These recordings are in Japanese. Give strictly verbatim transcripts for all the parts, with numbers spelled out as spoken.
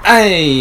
はい、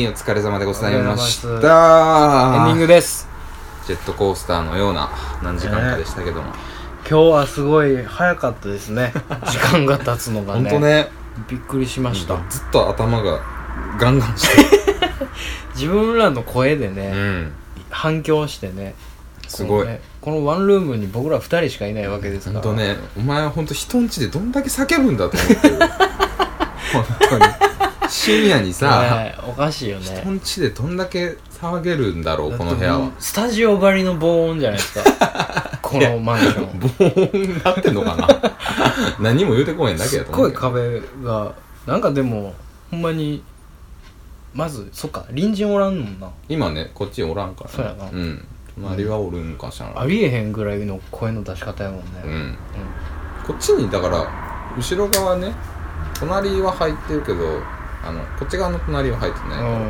お疲れ様でございました。エンディングです。 ジェットコースターのような何時間かでしたけども、 ね、今日はすごい早かったですね。時間が経つのがね。 ほんとね、 びっくりしました。 ずっと頭がガンガンして自分らの声でね、 うん、 反響してね、 すごい、 ね、このワンルームに僕らふたりしかいないわけですから。 ほんとね、お前はほんと人んちでどんだけ叫ぶんだと思ってる本当に深夜にさ、 ね、おかしいよね。 人んちでどんだけ騒げるんだろう、この部屋は。 スタジオ張りの防音じゃないですかこのマンション防音になってんのかな何も言うてこへんだけやと思うけど。 すっごい壁がなんかでもほんまにまずそっか隣人おらんもんな。 今ねこっちおらんから、ね、 そうやな。 うん隣はおるんかしら、 うん、ありえへんぐらいの声の出し方やもんね。 うん、うん、こっちにだから後ろ側ね、隣は入ってるけどあのこっち側の隣は入ってないから、うん、うん、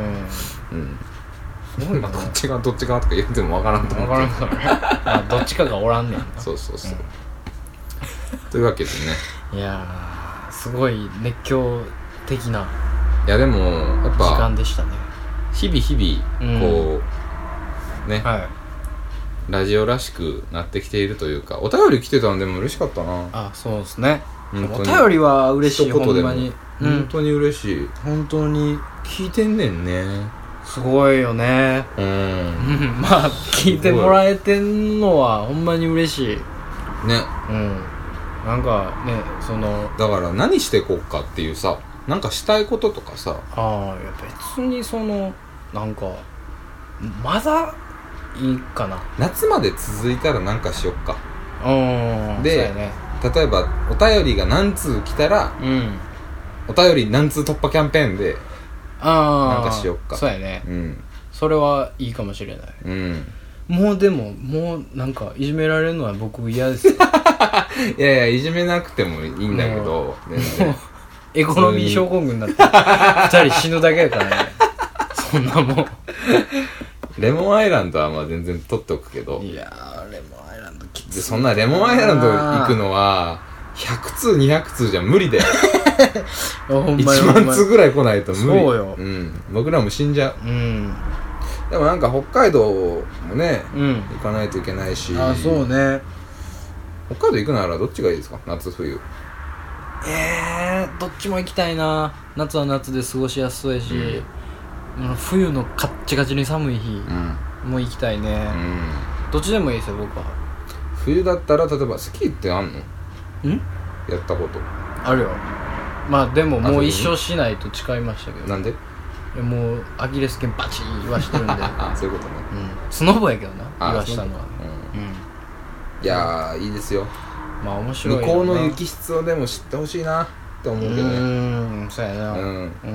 すごいな。こっち側どっち側とか言ってもわからんと思うけど、 わからんからねまあどっちかがおらんねんな。 そうそうそう、うん、というわけでね、 いやーすごい熱狂的ないやでもやっぱ時間でしたね。 日々日々こう、うん、ね、 はい、 ラジオらしくなってきているというか、お便り来てたのでも嬉しかったな。 あ、そうですね。 お便りは嬉しい。ほんまに本当に嬉しい、うん、 本当に聞いてんねんね。 すごいよね。うんまあ聞いてもらえてんのはほんまに嬉しいね。 うんなんかね、そのだから何してこっかっていうさ、なんかしたいこととかさ。 ああ、いや別にそのなんかまだいいかな。 夏まで続いたらなんかしよっか。 うんで、ね、例えばお便りが何通来たら、うん、お便り何通突破キャンペーンであなんかしよっか。 そうやね、 うん、それはいいかもしれない、うん、もうでももうなんかいじめられるのは僕嫌ですよいやいやいじめなくてもいいんだけど、 エコノミー症候群になってふたり死ぬだけやからねそんなもんレモンアイランドはまあ全然取っておくけど、 いやーレモンアイランドきつい。 そんなレモンアイランド行くのはひゃくつうにひゃくつうじゃ無理だよいちまんつうぐらい来ないと無理。 そうよ、 うん、僕らも死んじゃう、 うん、 でもなんか北海道もね、うん、行かないといけないし。 あ、そうね。 北海道行くならどっちがいいですか、夏冬。 えー、どっちも行きたいな。夏は夏で過ごしやすそうやし、うん、冬のカッチカチに寒い日も行きたいね、うん、どっちでもいいですよ僕は。 冬だったら例えばスキーってあんの？ん？やったことあるよ。まあでももう一生しないと誓いましたけど。 なんで？ もうアキレス腱バチー言わしてるんであ、そういうことね、 うん、スノボやけどな言わしたのは、 うんうん、いやーいいですよ。 まあ面白い向こうの雪質をでも知ってほしいなって思うけどね。 うーん、そうやな、うん、うん、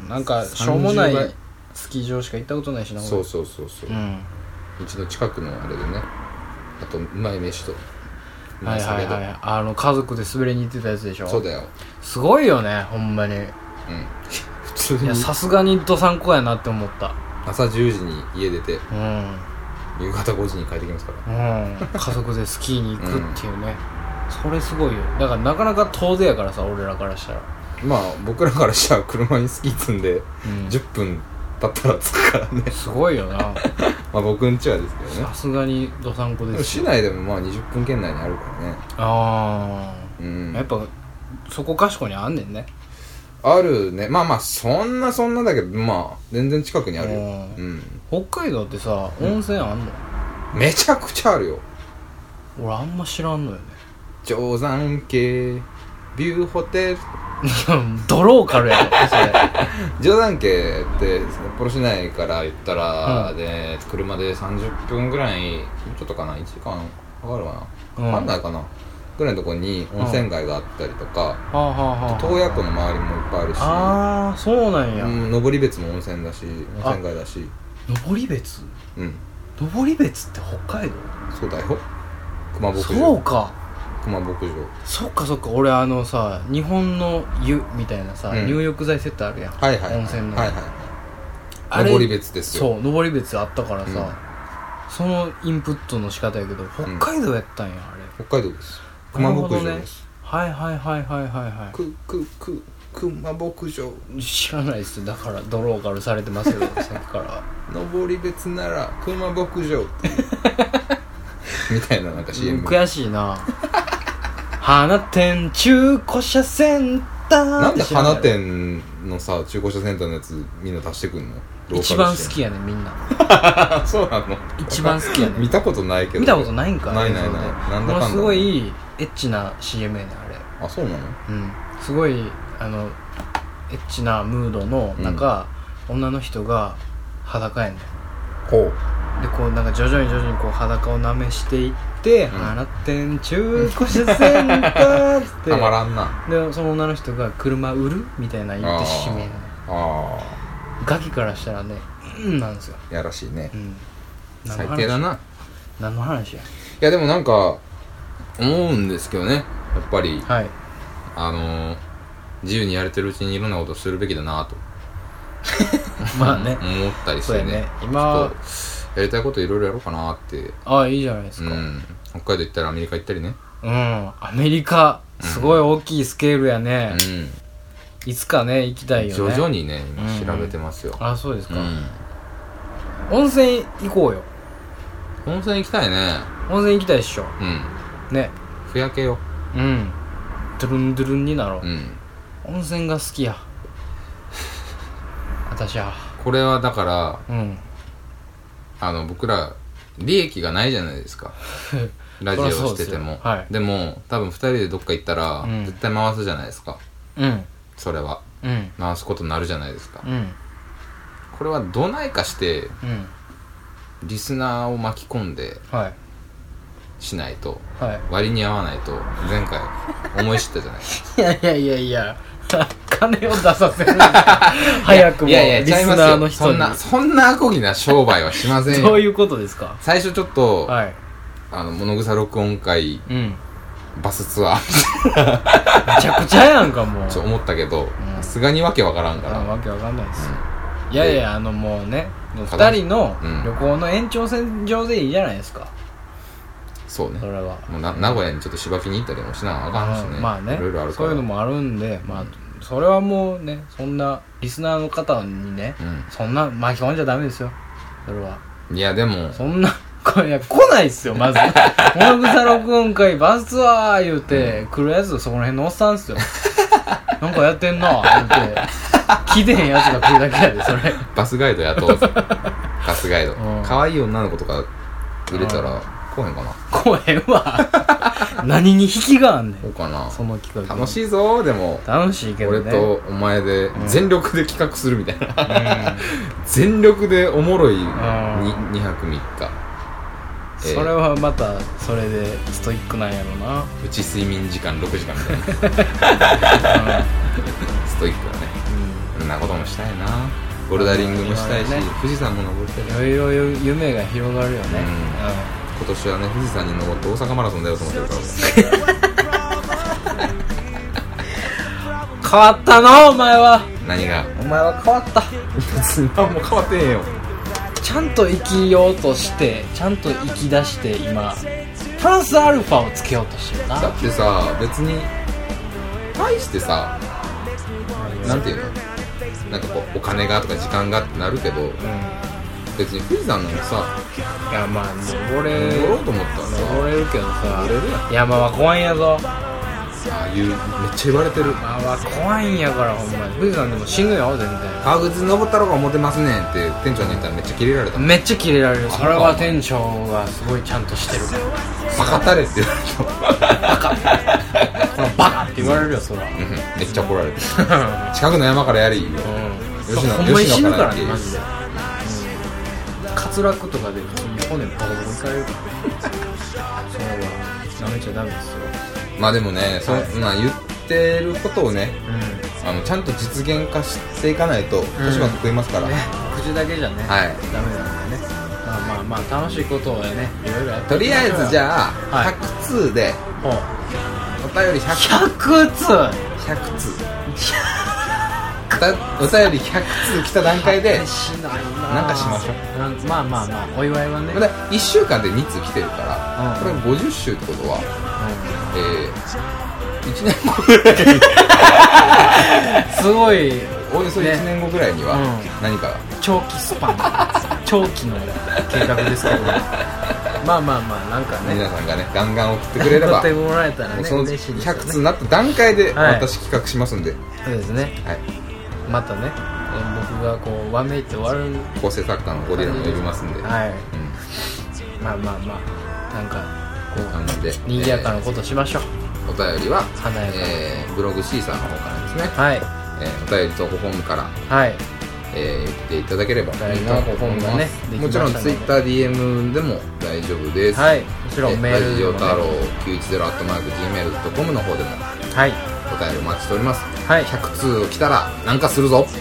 なんかしょうもないスキー場しか行ったことないしな。 そうそうそうそう、うん、うちの近くのあれでね、あとうまい飯とはいはいはい、あの家族で滑りに行ってたやつでしょ。 そうだよ。 すごいよねほんまに。うん普通に。いやさすがにどさんこやなって思った。 朝じゅうじに家出て、うん、夕方ごじに帰ってきますから、うん、 家族でスキーに行くっていうね、うん、それすごいよ。だからなかなか遠出やからさ俺らからしたら。 まあ僕らからしたら車にスキー積んで、うん、じゅっぷん経ったら着くからね。 すごいよなまあ僕んちはですけどね。 さすがにどさんこですよ。市内でもまあにじゅっぷん圏内にあるからね。 ああ、うん、やっぱそこかしこにあんねんね。 あるね。まあまあそんなそんなだけどまあ全然近くにあるよ、うん、 北海道ってさ温泉あんの？ うん、めちゃくちゃあるよ。 俺あんま知らんのよね。 定山渓ビューホテルドローカルやろそれ定山渓って札幌市内から言ったら、うん、で車でさんじゅっぷんぐらいちょっとかないちじかんかかるかな、分かんないかなぐらいのところに温泉街があったりとか、うん、洞爺湖の周りもいっぱいあるし。 ああそうなんや、うん、 登別も温泉だし温泉街だし。 登別？ うん登別って北海道？ そうだよ。熊牧場。 そうか熊牧場。 そっかそっか。俺あのさ日本の湯みたいなさ、うん、入浴剤セットあるやん、 はいはいはい、 温泉の、 はいはい、あれ登別ですよ。 そう登別あったからさ、うん、そのインプットの仕方やけど北海道やったんや、うん、あれ北海道です。熊牧場です、 ね、はいはいはいはいはいはい。 くくく熊牧場知らないですよ。だからドローカルされてますけどさっきから登別なら熊牧場っていうみたいななんか シーエム、 悔しいな花店中古車センターなんで花店のさ中古車センターのやつみんな足してくんの？ 一番好きやねみんなそうなの？ 一番好きやね見たことないけど。 見たことないんか？ ないないない。なんだかんだすごいエッチな シーエム やねあれ。 あ、そうなの？ うんすごいあのエッチなムードの中、うん、女の人が裸やねん。 ほうでこうなんか徐々に徐々にこう裸をなめしていって、うん、花店中古車センターってたまらんな。 でその女の人が車売るみたいな言って締めるね。ああガキからしたらねうんなんですよ。 やらしいね、うん、 最低だな。 何の話や。いやでもなんか思うんですけどねやっぱり、 はい、 あのー、自由にやれてるうちにいろんなことをするべきだなとまあね思ったりしてね。 ね今やりたいこといろいろやろうかなって。 ああいいじゃないですか、 うん、北海道行ったらアメリカ行ったりね。 うんアメリカすごい大きいスケールやね、 うん、 いつかね行きたいよね。 徐々にね今調べてますよ、 うん、あそうですか、 うん、 温泉行こうよ。 温泉行きたいね。 温泉行きたいっしょ。 うんねふやけよ。 うんドゥルンドゥルンになろう、 うん、 温泉が好きや私は。 これはだから、 うん、あの僕ら利益がないじゃないですかラジオをしてても で,、はい、でも多分ふたりでどっか行ったら、うん、絶対回すじゃないですか。うんそれは、うん、回すことになるじゃないですか、うん、これはどないかして、うん、リスナーを巻き込んで、はい、しないと、はい、割に合わないと前回思い知ったじゃないですかいやいやいやいや金を出させるんだ早くもリスナーの人に。 そんなそんなアコギな商売はしませんよどういうことですか？ 最初ちょっと、はい、あの物草録音会、うん、バスツアーめちゃくちゃやんかもうちょ思ったけどさすがにわけわからんから。 わけわかんないですよ、うん、いやいやあのもうねふたりの旅行の延長線上でいいじゃないですか、うん、 そうね。 それはもうな名古屋にちょっとしばきに行ったりもしなあかんしね。 まあねいろいろあるからそういうのもあるんで、まあそれはもうねそんなリスナーの方にね、うん、そんな巻き込んじゃダメですよそれは。 いやでもそんなこれ来ないっすよまず物草録音会バスツアー言うて、うん、来るやつそこら辺のおっさんっすよなんかやってんな言うて聞いてへんやつが来るだけやでそれバスガイドやっとうぜバスガイド可愛い女の子とか入れたら来へんかな。 来へんわ何に引きがあんねん。 そうかな。 その企画楽しいぞ。でも楽しいけどね俺とお前で全力で企画するみたいな、うん、全力でおもろい に, にはくみっか、 えー、それはまたそれでストイックなんやろな。 うち睡眠時間ろくじかんみたいな、うん、ストイックだね、うん、そんなこともしたいな。ボルダリングもしたいし、ね、富士山も登りたい。 いろいろ夢が広がるよね、うんうん、 今年はね富士山に登って大阪マラソン出ようと思ってるから変わったなお前は。 何が？ お前は変わった何も変わってへんよ。 ちゃんと生きようとしてちゃんと生き出して今プラスアルファをつけようとしてるな。 だってさ別に大してさ、うん、なんていうのなんかこうお金がとか時間がってなるけど、うん、別に富士山なのさ。 いやまあ登れ登ろうと思ったらさ登れるけどさ登れるやん。 山は怖いんやぞ。 ああいうめっちゃ言われてる。 山は怖いんやからほんまに。富士山でも死ぬよ全然。 川口登ったろが思ってますねんって店長に言ったらめっちゃキレられた。 めっちゃキレられる。それは店長がすごいちゃんとしてる。 バカたれって言われる。 バカこのバカって言われるよそら、うん、 めっちゃ怒られて近くの山からやり、うん、 吉野ほんまに死ぬからねマジで、うん、滑落とかで骨ボコボコいかれるからそれは舐めちゃダメですよ。 まあでもねそんな言ってることをね、うん、あのちゃんと実現化していかないと年は食いますから、うんね、 口だけじゃね、はい、ダメなんでね。まあまあまあ楽しいことをねいろいろやってとりあえずじゃあ、はい、ひゃくつうでお便りひゃくひゃくつうひゃくつうお便りひゃくつう来た段階でしないななんかしましょう。まあまあまあお祝いはね。 いっしゅうかんでにつう来てるから、うん、これごじゅっしゅうってことは、うん、えーいちねんごぐらいすごいおよそいちねんごぐらいには何か、 ね、うん、長期スパン長期の計画ですけどまあまあまあなんかね皆さんがねガンガン送ってくれれば送ってもらえたらねその嬉しいですよね。 ひゃくつになった段階で私企画しますんで、はい、 そうですね、はい、またね僕がこうわめいて終わる構成作家のゴリラも呼びますんで、 はい、うん、まあまあまあなんかこう賑やかなことしましょう。 お便りは、 えー、ブログシーサーの方からですね、 はい、 えー、お便り投稿フォームから、 はい、 えー、言っていただければいいなと思います。 もちろんツイッター ディーエム でも大丈夫です。 はい、もちろんメールラジオ太郎きゅういちゼロ アットマーク ジーメール ドットコム の方でも、 はい、 お便りお待ちしております。 はい、 ひゃく通来たらなんかするぞ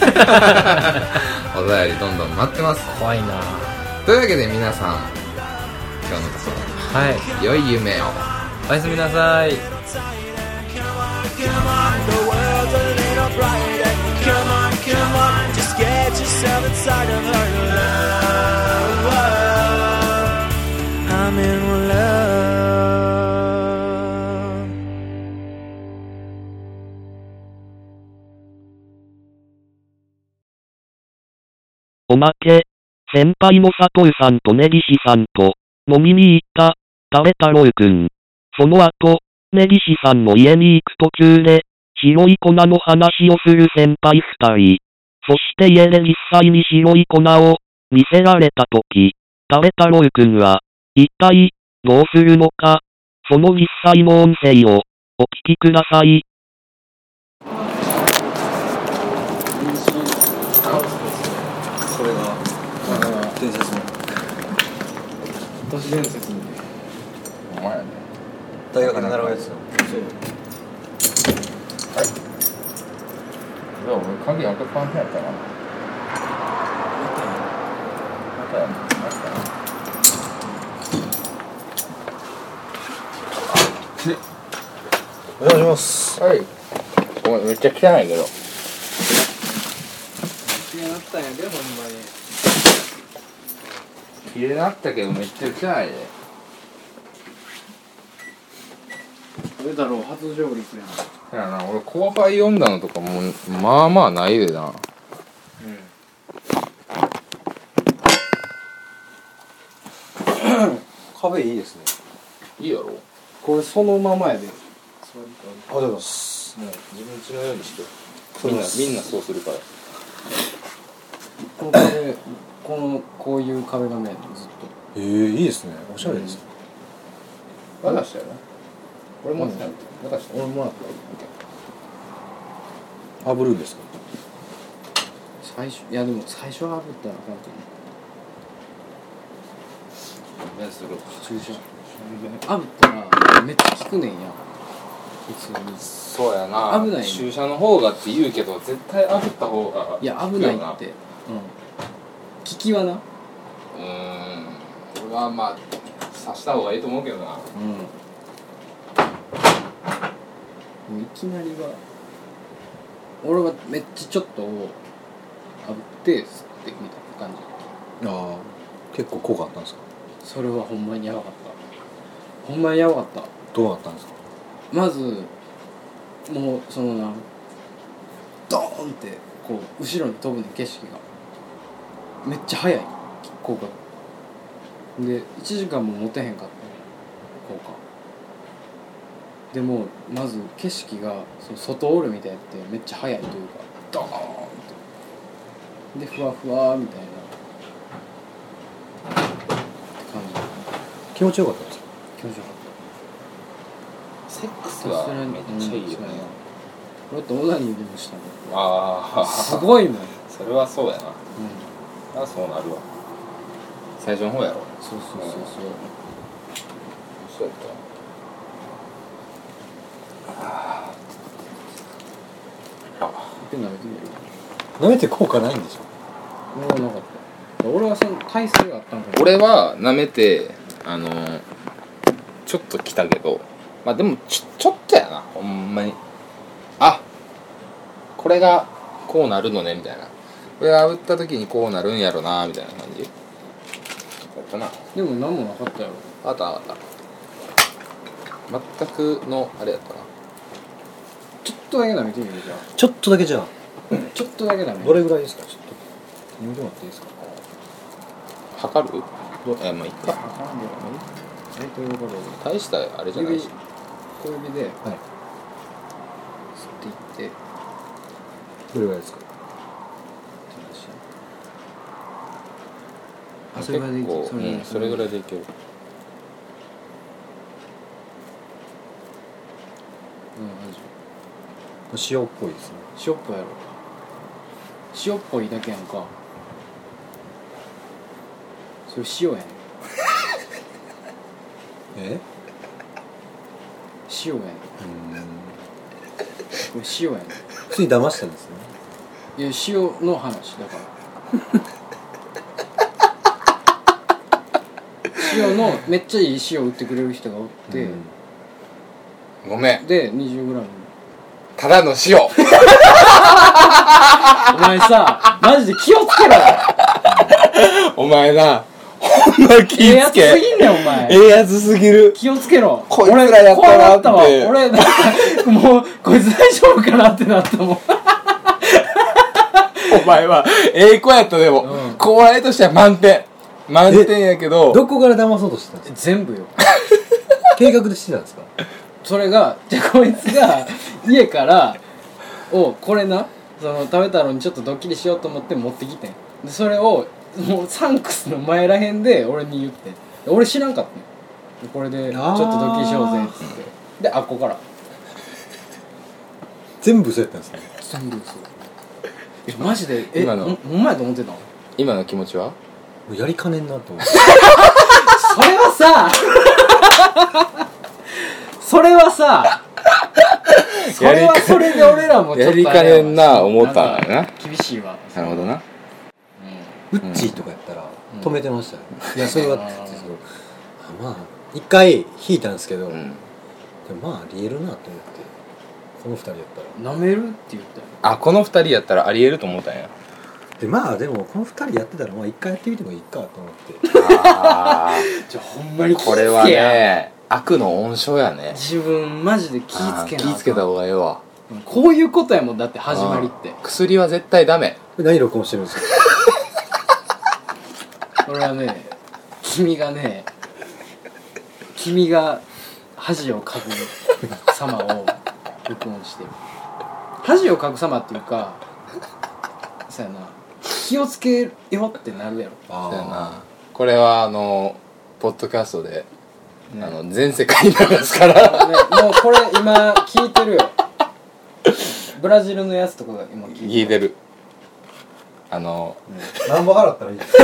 お便りどんどん待ってます。 怖いな。 というわけで皆さん今日のところ、はい、良い夢を。 おやすみなさい。Come on, come on, just get yourself inside of her love. I'm in love. おまけ、先輩の佐藤さんと根岸さんと飲みに行った誰太郎くん。その後、根岸さんの家に行く途中で白い粉の話をする先輩二人。そして家で実際に白い粉を見せられたとき、誰太郎くんは一体どうするのか、その実際の音声をお聞きください。 これが伝説の都市伝説のお前やね大学で習うやつ。そうじゃあ俺鍵開けっぱなしやったな。またやな。またやな。 お願いします。 はい。ごめんめっちゃ汚いけど。 綺麗なったんやでほんまに。 綺麗なったけどめっちゃ汚いで。 それだろう初上陸やな。やな俺後輩読んだのとかもまあまあないでな。うん。 壁いいですね。 いいやろ。 これそのままやで。ありがとうございます。もう自分家のようにして。みんなみんなそうするから。 この壁このこういう壁がねずっと。 えー、いいですね。おしゃれですね。 渡したよね。俺も渡した。渡した。 俺もらった。 あぶるんですか。 最初いやでも最初は炙ったらあかんと思う。 何する？ 注射。炙ったらめっちゃ効くねんや。普通に。 そうやな。 危ない。 注射の方がって言うけど絶対炙った方が。 いや危ないって。うん。効きはな。うーん。俺はまあ刺した方がいいと思うけどな。うん。 いきなりは俺はめっちゃちょっと炙って吸ってみた感じ。 ああ結構効果あったんですか。 それはほんまにやばかった。ほんまにやばかった。 どうなったんですか。 まずもうそのなドーンってこう後ろに飛ぶね景色がめっちゃ速い効果でいちじかんも持てへんかった効果でもまず景色がその外おるみたいやってめっちゃ速いというかドーンってでふわふわみたいな感じ。 気持ちよかったですか。 気持ちよかった。 セックスはめっちゃいいよね。 だってオナニーでもしたもん。 ああすごいもん。 それはそうやな。うん。あそうなるわ。最初の方やろ。 そうそうそうそう。 そうやった。ああ。 一回舐めてみる。 舐めて効果ないんでしょ。 俺はなかった。俺はその体勢があったんかな。 俺は舐めてあのー、ちょっと来たけど。まあでもちょちょっとやなほんまに。あこれがこうなるのねみたいな。これ炙った時にこうなるんやろなみたいな感じやったな。 でも何もなかったやろ。 あったあった全くのあれやったな。 とだけ舐めてみるじゃちょっとだけじゃああちょっとだけ舐めどれぐらいですか？ちょっと見てもらっていいですか？ 測る？どえまあいっか。 大体分かる大したあれじゃないし。 小指ではい。 吸っていってどれぐらいですか？ あそれぐらいでいける結構うんそれぐらいでいける。 うん塩っぽいですね。 塩っぽいやろ塩っぽいだけやんかそれ塩やねんえ？ 塩やねんうん。 これ塩やね普通に騙したんですね。 んいや塩の話だから塩のめっちゃいい塩売ってくれる人がおって、 うんごめん。 で にじゅうグラムただの塩。 お前さマジで気をつけろよお前な。ほんま気ええやつぃつけ。 すぎんねんお前ええやつすぎる。 気をつけろこいつらやったなって俺怖かったわ俺なんかもうこいつ大丈夫かなってなったもんお前はええ子やったでも、 うん後輩としては満点。満点やけど。 どこから騙そうとしてたんですか？ 全部よ計画でしてたんですか？ それがじゃあこいつが家からをこれなその食べたのにちょっとドッキリしようと思って持ってきてんでそれをもうサンクスの前らへんで俺に言ってん俺知らんかったんでこれでちょっとドッキリしようぜっつってであっこから全部そうやったんですね。 全部そうマジでえ今のほんほんまやと思ってたの今の気持ちは？ もうやりかねんなと思って。 それはさそれはさそれはそれで俺らもちょっとやりかねんな思ったんやな。 厳しいわなるほどな。 ウッチーとかやったらうん止めてましたよ、いやそれはって言ってあーそのあまあ一回引いたんですけど、 うん。 でもまあありえるなと思ってこの二人やったら舐めるって言ったよあ、この二人やったらありえると思ったんや。 でまあでもこの二人やってたらまあ一回やってみてもいいかと思ってあじゃあほんまにーこれはね、悪の温床やね。 自分マジで気ぃつけなあかん気ぃつけた方がええわ。 うんこういうことやもんだって始まりって薬は絶対ダメ。 これ何録音してるんですか？ これはね君がね君が恥をかく様を録音してる恥をかく様っていうかそうやな気をつけよってなるやろあそうやな。これはあのポッドキャストで、 ねあの全世界に流すからね、もうこれ今聞いてるよブラジルのやつとかが今聞いてる聞いてる。あの何本払ったらいいです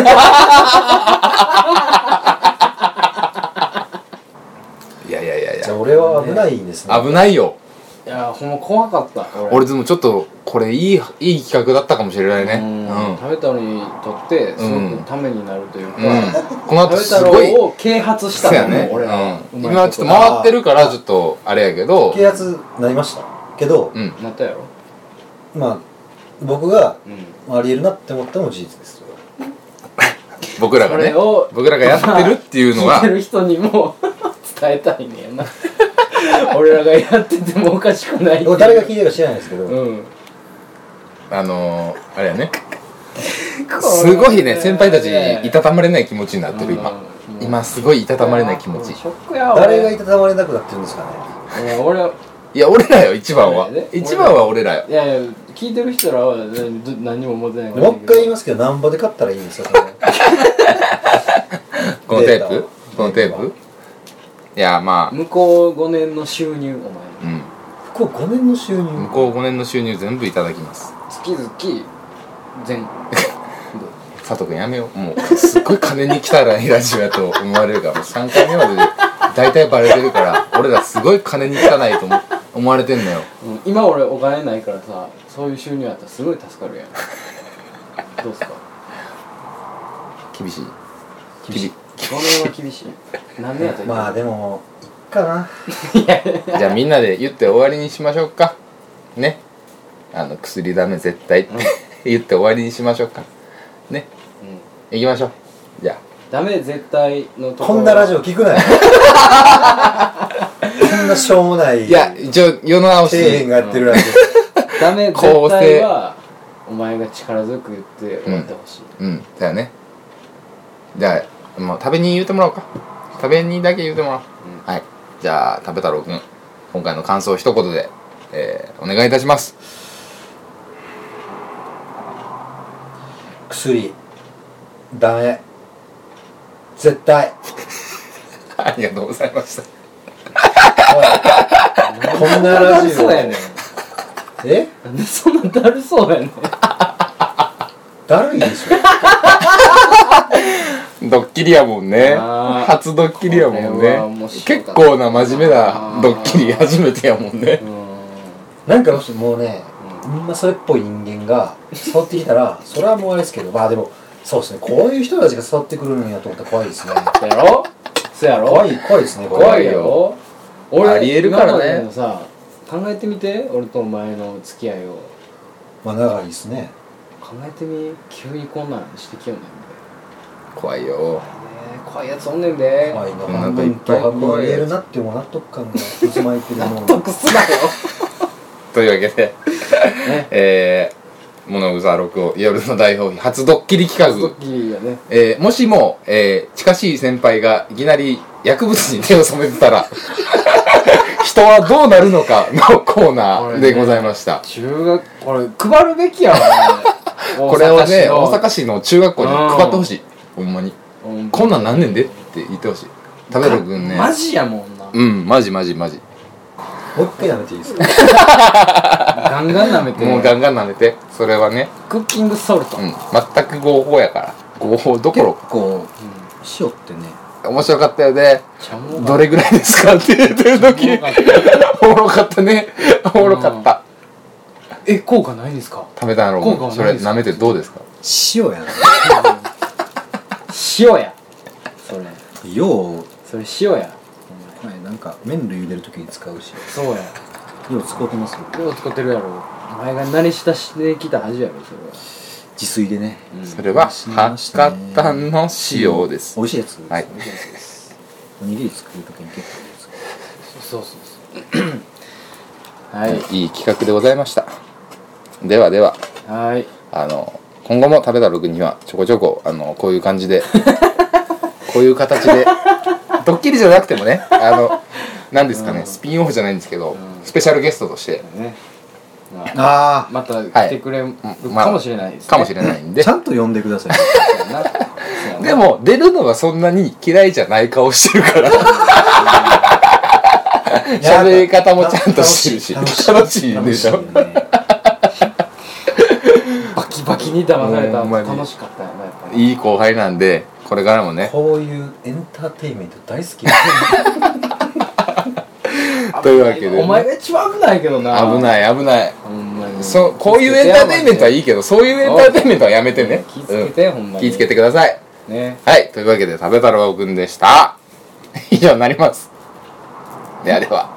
いやいやいやいやじゃあ俺は危ないんですね。 危ないよ。 いやほんま怖かった俺俺でもちょっとこれいいいい企画だったかもしれないね。うん。 食べ太郎にとってすごくためになるというか、 うん、この後食べ太すごい郎を啓発したそうやね、 のも俺ら、 うん、 うまい今ちょっと回ってるからちょっとあれやけど、 啓発なりましたけど、 うん、 なったやろ、 まあ僕がうん、 ありえるなって思ったのも事実ですよ。 僕らがねそれを僕らがやってるっていうのは聞いてる人にも伝えたいねんな俺らがやっててもおかしくないっていう誰が聞いてるか知らないですけど、 うんあのー、あれやねすごいね先輩たちいたたまれない気持ちになってる今うん今すごいいたたまれない気持ちショックや俺誰がいたたまれなくなってるんですかね。 いや俺いや俺らよ一番は俺ね一番は俺らよいやいや聞いてる人らはど何にも思ってないからもう一回言いますけど、何ぼで買ったらいいんですか、それこのテープデータこのテープいやまあ向こうごねんの収入お前うんここごねんの収入向こうごねんの収入全部いただきます月々全佐藤君やめようもうすっごい金に来たらいいラジオやと思われるからもうさんかいめまでで大体バレてるから俺らすごい金に汚いと思思われてんのようん今俺お金ないからさそういう収入あったらすごい助かるやんどうすか厳しい厳しいごねんは厳しい何年やったらいいまあでもいっかな。 じゃあみんなで言って終わりにしましょうかねあの薬ダメ絶対って言って終わりにしましょうかねうん行きましょうじゃあダメ絶対のところこんなラジオ聞くなよ。こんななしょうもないいや一応世の直し底辺がやってるらしいダメ、 構成絶対はお前が力強く言って終わってほしい。 うんだよね。じゃあもう食べに言うてもらおうか。食べにだけ言うてもらおう、うん、はい。じゃあ食べ太郎くん今回の感想を一言で、えー、お願いいたします。 薬ダメ絶対ありがとうございました。 こんなラジオそうやねん。 えなんでそんなだるそうやねん。 だるいでしょドッキリやもんね。 あー初ドッキリやもんこれはね面白かった。 結構な真面目なドッキリ初めてやもんね。 うなんかもうねみんなそれっぽい人間が誘ってきたらそれはもうあれですけど、まあでもそうですね、こういう人たちが誘ってくるんやと思ったら怖いですね。 ん。やろそうやろ怖い怖いですねこれ。 怖いよ。俺ありえるからね今までのさ、考えてみて、俺とお前の付き合いをまあ長いですね。 考えてみ。急にこんなんしてきよんねんで。 怖いよ。 ねえ怖いやつおんねんで。 怖いのなん半分かいっぱいと半分怖いやつ言えるなっていう納得感が渦巻いてるもの得すなよ。 というわけで、 ねえー、物草録を夜の大放棄初ドッキリ企画、 ドッキリやね。 えー、もしも、えー、近しい先輩がいきなり薬物に手を染めてたら人はどうなるのかのコーナーでございました。 中学これ配るべきやわ。 これをね大阪阪市の中学校に配ってほしい。ほんまに市のこんなんなんねんでって言ってほしい。食べるくんねマジやもんな。 うんマジマジマジもう一回やめていいですか。 ガンガン舐めて。 もうガンガン舐めて。それはね、 クッキングソルト。 うん、全く合法やから合法どころか結構塩ってね面白かったよね。 ちゃもどれぐらいですかって言ってる時おもろかったね。おもろかった。 え効果ないですか。 食べたの効果はそれないですか舐めてどうですか。 塩やな塩や。それようそれ塩や。 これなんか麺類茹でるときに使うしそうや。 よう使うてますよ。 よう使ってるやろ。お前が慣れ親しんできたはずやろそれは。 自炊でねそれは博多の塩です。 美味しいやつ。 はい。 おにぎり作るときに結構いいです。 そうそうそうはいいい企画でございました。ではでははいあの今後も食べたろくにはちょこちょこあのこういう感じでこういう形でドッキリじゃなくてもねあの何ですかね、 うんスピンオフじゃないんですけど、 うんスペシャルゲストとしてねまああまた来てくれるかもしれないですね。 かもしれないんあでちゃんと呼んでください。 そうやなそうやなでも出るのはそんなに嫌いじゃない顔してるから喋り方もちゃんとしてるし楽しいでしょ。 バキバキに騙されたほんまに楽しかったよなやっぱり。 いい後輩なんでこれからもねこういうエンターテインメント大好き。 というわけで、 お前が一番危ないけどな。 危ない危ない。 ほんまに。 そうこういうエンターテインメントはいいけどそういうエンターテインメントはやめてね。 気ぃつけて、ほんまに。 気ぃつけてください。 ね。 はいというわけで食べ太郎くんでした。以上になります。ではでは。